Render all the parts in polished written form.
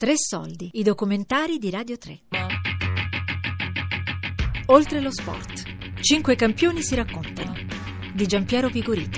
Tre soldi, i documentari di Radio 3. Oltre lo sport. 5 campioni si raccontano. Di Giampiero Vigorito.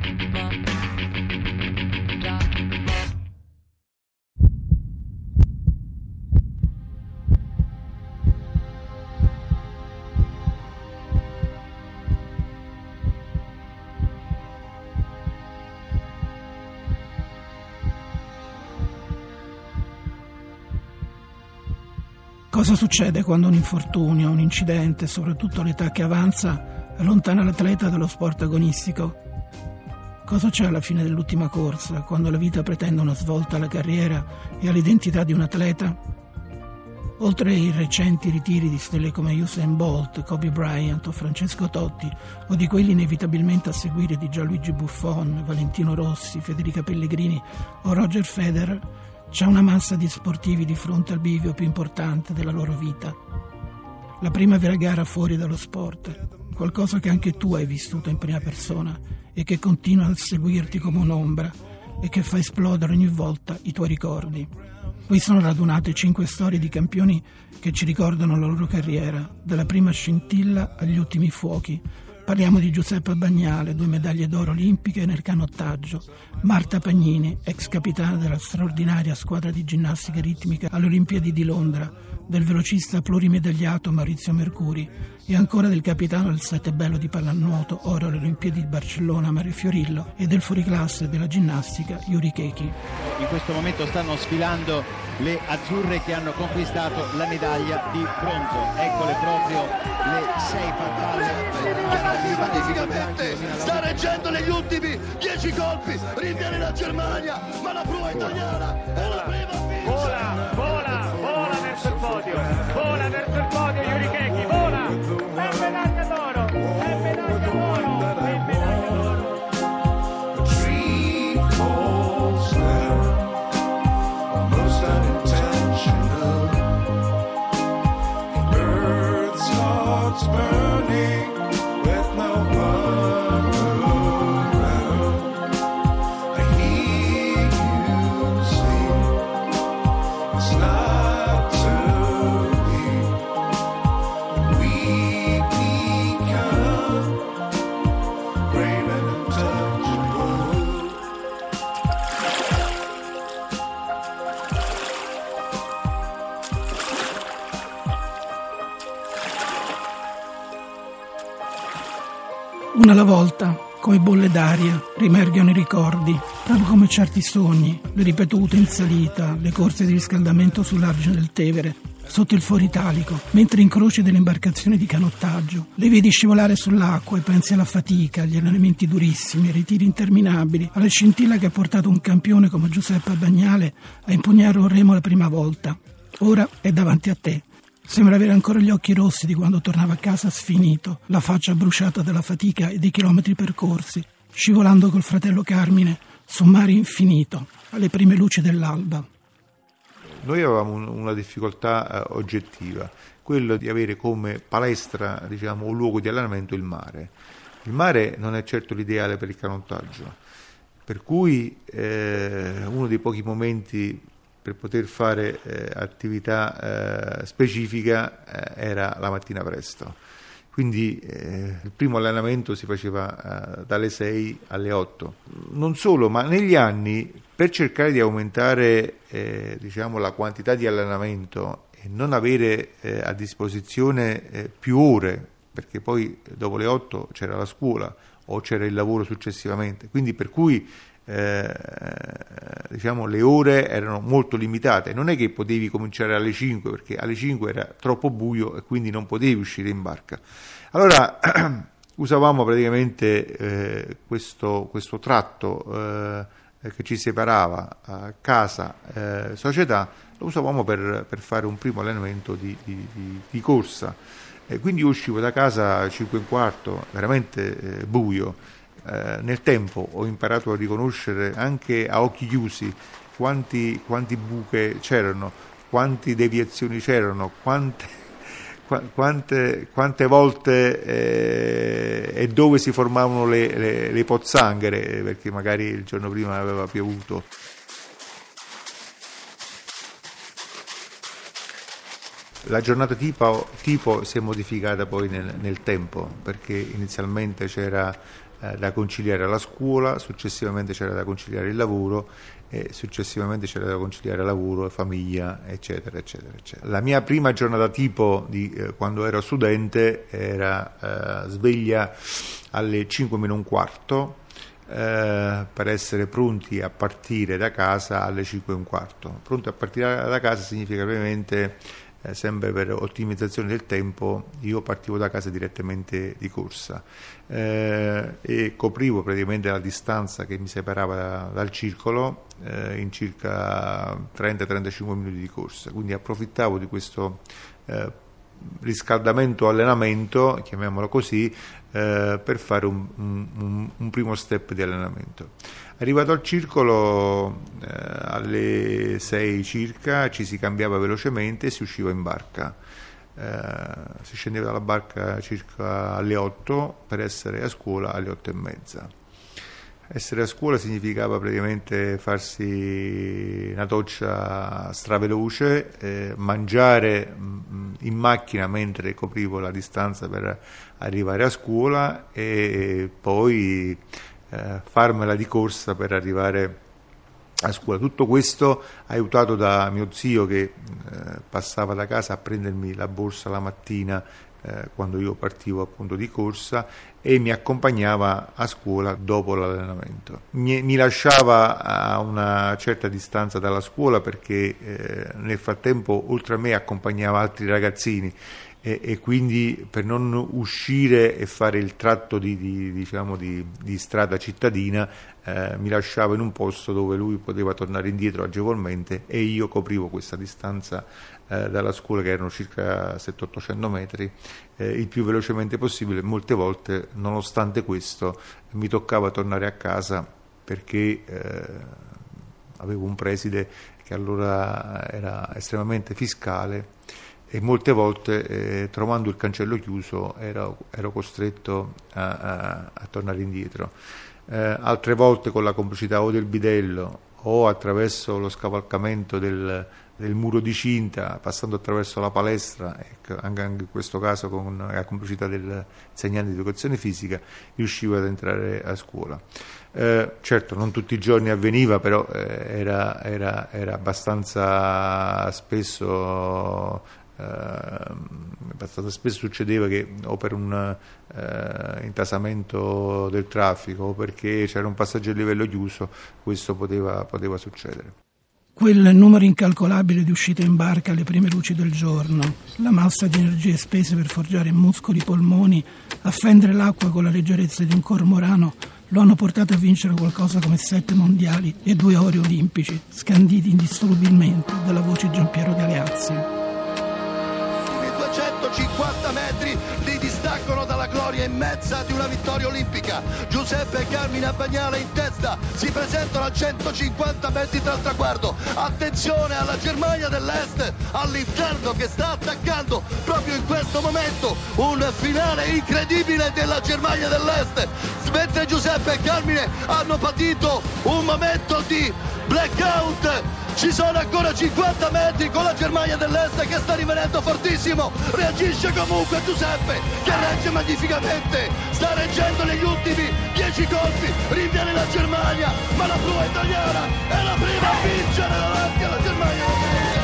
Cosa succede quando un infortunio, un incidente, soprattutto all'età che avanza, allontana l'atleta dallo sport agonistico? Cosa c'è alla fine dell'ultima corsa, quando la vita pretende una svolta alla carriera e all'identità di un atleta? Oltre ai recenti ritiri di stelle come Usain Bolt, Kobe Bryant o Francesco Totti, o di quelli inevitabilmente a seguire di Gianluigi Buffon, Valentino Rossi, Federica Pellegrini o Roger Federer, c'è una massa di sportivi di fronte al bivio più importante della loro vita. La prima vera gara fuori dallo sport, qualcosa che anche tu hai vissuto in prima persona e che continua a seguirti come un'ombra e che fa esplodere ogni volta i tuoi ricordi. Qui sono radunate 5 storie di campioni che ci ricordano la loro carriera, dalla prima scintilla agli ultimi fuochi. Parliamo di Giuseppe Bagnale, 2 medaglie d'oro olimpiche nel canottaggio, Marta Pagnini, ex capitana della straordinaria squadra di ginnastica ritmica alle Olimpiadi di Londra, del velocista plurimedagliato Maurizio Mercuri e ancora del capitano del Sette Bello di pallanuoto, oro alle Olimpiadi di Barcellona Mario Fiorillo, e del fuoriclasse della ginnastica Yuri Keki. In questo momento stanno sfilando le azzurre che hanno conquistato la medaglia di bronzo. Eccole proprio le 6 magnificamente, sta reggendo negli ultimi 10 colpi, rinviene la Germania, ma la prua italiana è la prima a vincere. Vola verso il podio, Yuri Keki, vola, è medaglia d'oro, è medaglia d'oro. Tree falls down, most unintentional. The earth starts burning with no one around. I hear you sing, it's not to be. We become brave and untouchable. Una alla volta, come bolle d'aria, riemergono i ricordi, proprio come certi sogni, le ripetute in salita, le corse di riscaldamento sull'argine del Tevere, sotto il Foro Italico, mentre incroci delle imbarcazioni di canottaggio, le vedi scivolare sull'acqua e pensi alla fatica, agli allenamenti durissimi, ai ritiri interminabili, alla scintilla che ha portato un campione come Giuseppe Bagnale a impugnare un remo la prima volta. Ora è davanti a te. Sembra avere ancora gli occhi rossi di quando tornava a casa sfinito, la faccia bruciata dalla fatica e dei chilometri percorsi, scivolando col fratello Carmine su un mare infinito, alle prime luci dell'alba. Noi avevamo una difficoltà oggettiva, quello di avere come palestra, un luogo di allenamento il mare. Il mare non è certo l'ideale per il canottaggio, per cui uno dei pochi momenti per poter fare attività specifica era la mattina presto. Quindi il primo allenamento si faceva dalle 6 alle 8. Non solo, ma negli anni, per cercare di aumentare la quantità di allenamento e non avere a disposizione più ore, perché poi dopo le 8 c'era la scuola o c'era il lavoro successivamente, quindi per cui le ore erano molto limitate. Non è che potevi cominciare alle 5, perché alle 5 era troppo buio e quindi non potevi uscire in barca. Allora usavamo praticamente questo tratto che ci separava a casa società, lo usavamo per fare un primo allenamento di corsa. Quindi io uscivo da casa 5:15, veramente buio. Nel tempo ho imparato a riconoscere anche a occhi chiusi quanti buche c'erano, quante deviazioni c'erano, quante volte e dove si formavano le pozzanghere, perché magari il giorno prima aveva piovuto. La giornata tipo si è modificata poi nel tempo, perché inizialmente c'era da conciliare la scuola, successivamente c'era da conciliare il lavoro e successivamente c'era da conciliare lavoro, famiglia, eccetera, eccetera, eccetera. La mia prima giornata tipo di quando ero studente era sveglia alle 5 meno un quarto, per essere pronti a partire da casa alle 5 e un quarto. Pronti a partire da casa significa ovviamente, sempre per ottimizzazione del tempo, io partivo da casa direttamente di corsa e coprivo praticamente la distanza che mi separava dal circolo in circa 30-35 minuti di corsa, quindi approfittavo di questo riscaldamento allenamento, chiamiamolo così, per fare un primo step di allenamento. Arrivato al circolo alle 6 circa ci si cambiava velocemente e si usciva in barca. Si scendeva dalla barca circa alle 8 per essere a scuola alle 8 e mezza. Essere a scuola significava praticamente farsi una doccia straveloce, mangiare in macchina mentre coprivo la distanza per arrivare a scuola e poi farmela di corsa per arrivare a scuola. Tutto questo aiutato da mio zio che passava da casa a prendermi la borsa la mattina quando io partivo appunto di corsa e mi accompagnava a scuola dopo l'allenamento. Mi lasciava a una certa distanza dalla scuola perché nel frattempo oltre a me accompagnava altri ragazzini e quindi per non uscire e fare il tratto di strada cittadina mi lasciava in un posto dove lui poteva tornare indietro agevolmente e io coprivo questa distanza dalla scuola, che erano circa 700-800 metri, il più velocemente possibile. Molte volte, nonostante questo, mi toccava tornare a casa perché avevo un preside che allora era estremamente fiscale e molte volte trovando il cancello chiuso ero costretto a tornare indietro. Altre volte con la complicità o del bidello o attraverso lo scavalcamento del muro di cinta, passando attraverso la palestra, ecco, anche in questo caso con la complicità del insegnante di educazione fisica, riuscivo ad entrare a scuola. Certo, non tutti i giorni avveniva, però era abbastanza spesso succedeva che o per un intasamento del traffico o perché c'era un passaggio a livello chiuso questo poteva succedere. Quel numero incalcolabile di uscite in barca alle prime luci del giorno, la massa di energie spese per forgiare muscoli, polmoni, a fendere l'acqua con la leggerezza di un cormorano, lo hanno portato a vincere qualcosa come 7 mondiali e 2 ori olimpici, scanditi indissolubilmente dalla voce Giampiero Galeazzi. 250 metri li distaccano dalla gloria immensa di una vittoria olimpica. Giuseppe e Carmine Bagnale in testa si presentano a 150 metri dal traguardo. Attenzione alla Germania dell'Est, all'interno, che sta attaccando proprio in questo momento un finale incredibile della Germania dell'Est, mentre Giuseppe e Carmine hanno patito un momento di blackout. Ci sono ancora 50 metri con la Germania dell'Est che sta rimanendo fortissimo. Reagisce comunque Giuseppe, che regge magnificamente, sta reggendo negli ultimi 10 colpi. Rinviene la Germania, ma la prua italiana è la prima a vincere davanti alla Germania dell'Est.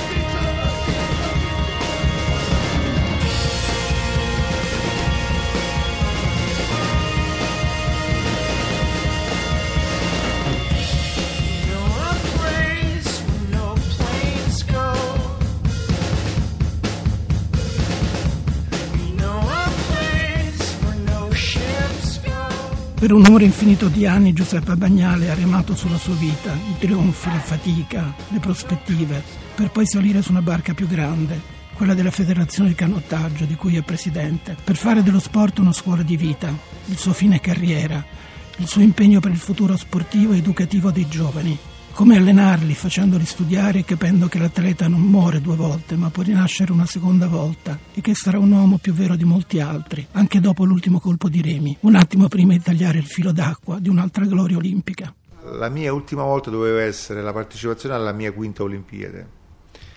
Per un numero infinito di anni Giuseppe Bagnale ha remato sulla sua vita, i trionfi, la fatica, le prospettive, per poi salire su una barca più grande, quella della Federazione di Canottaggio, di cui è presidente, per fare dello sport una scuola di vita, il suo fine carriera, il suo impegno per il futuro sportivo e educativo dei giovani. Come allenarli, facendoli studiare e capendo che l'atleta non muore 2 volte, ma può rinascere una seconda volta e che sarà un uomo più vero di molti altri, anche dopo l'ultimo colpo di remi, un attimo prima di tagliare il filo d'acqua di un'altra gloria olimpica. La mia ultima volta doveva essere la partecipazione alla mia 5ª Olimpiade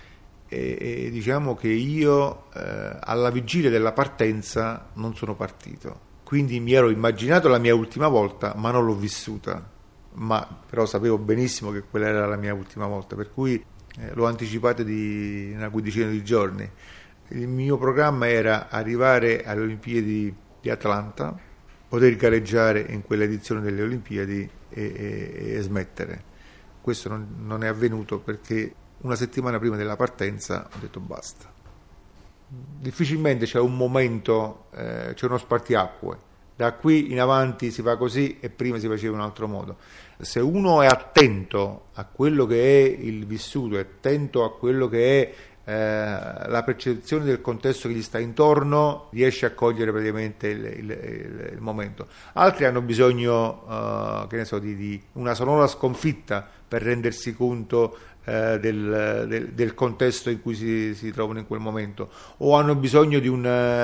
e diciamo che io alla vigilia della partenza non sono partito, quindi mi ero immaginato la mia ultima volta, ma non l'ho vissuta, però sapevo benissimo che quella era la mia ultima volta, per cui l'ho anticipato di una quindicina di giorni. Il mio programma era arrivare alle Olimpiadi di Atlanta, poter gareggiare in quell'edizione delle Olimpiadi e smettere. Questo non è avvenuto perché una settimana prima della partenza ho detto basta. Difficilmente c'è un momento, c'è uno spartiacque. Da qui in avanti si fa così e prima si faceva in un altro modo. Se uno è attento a quello che è il vissuto, è attento a quello che è la percezione del contesto che gli sta intorno, riesce a cogliere praticamente il momento. Altri hanno bisogno di una sonora sconfitta per rendersi conto del contesto in cui si trovano in quel momento, o hanno bisogno di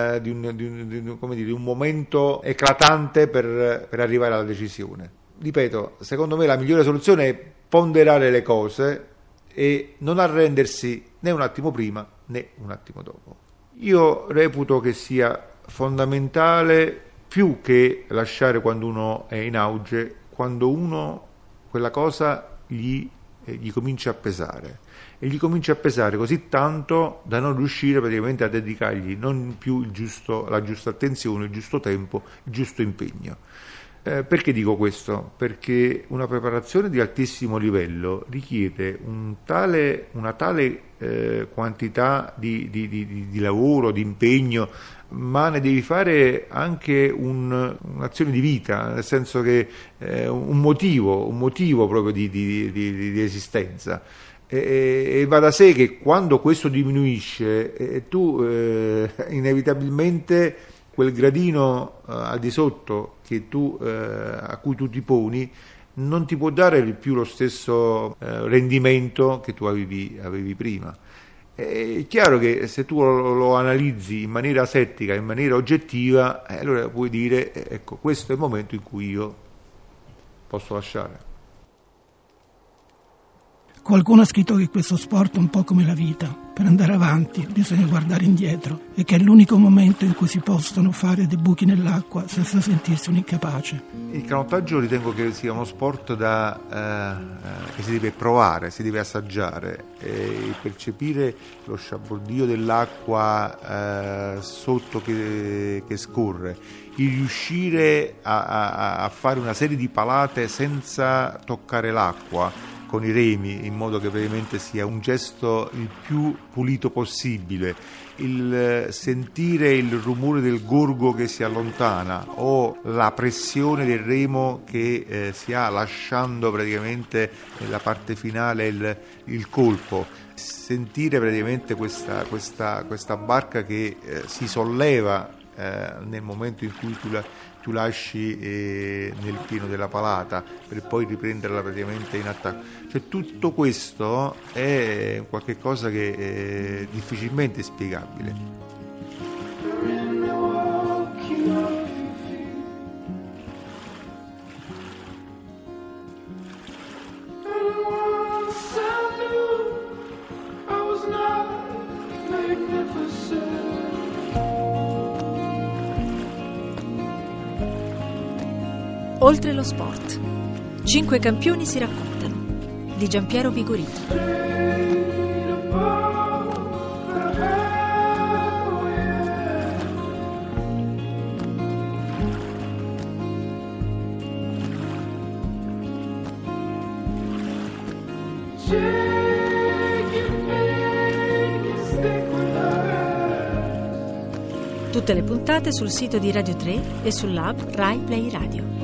un momento eclatante per arrivare alla decisione. Ripeto, secondo me la migliore soluzione è ponderare le cose e non arrendersi né un attimo prima né un attimo dopo. Io reputo che sia fondamentale, più che lasciare quando uno è in auge, quando uno quella cosa gli comincia a pesare, e gli comincia a pesare così tanto da non riuscire praticamente a dedicargli non più la giusta attenzione, il giusto tempo, il giusto impegno. Perché dico questo? Perché una preparazione di altissimo livello richiede una tale quantità di lavoro, di impegno, ma ne devi fare anche un'azione di vita, nel senso che un motivo proprio di esistenza. E va da sé che quando questo diminuisce, tu inevitabilmente quel gradino al di sotto a cui tu ti poni non ti può dare più lo stesso rendimento che tu avevi prima. È chiaro che se tu lo analizzi in maniera asettica, in maniera oggettiva, allora puoi dire ecco, questo è il momento in cui io posso lasciare. Qualcuno ha scritto che questo sport è un po' come la vita. Per andare avanti bisogna guardare indietro e che è l'unico momento in cui si possono fare dei buchi nell'acqua senza sentirsi un incapace. Il canottaggio ritengo che sia uno sport che si deve provare, si deve assaggiare, e percepire lo sciabordio dell'acqua sotto che scorre, il riuscire a fare una serie di palate senza toccare l'acqua con i remi, in modo che veramente sia un gesto il più pulito possibile, il sentire il rumore del gorgo che si allontana o la pressione del remo che si ha lasciando praticamente nella parte finale il colpo, sentire praticamente questa barca che si solleva nel momento in cui tu lasci nel pieno della palata per poi riprenderla praticamente in attacco. Cioè tutto questo è qualche cosa che è difficilmente spiegabile. Oltre lo sport. 5 campioni si raccontano. Di Giampiero Vigorito. Tutte le puntate sul sito di Radio 3 e sull'app Rai Play Radio.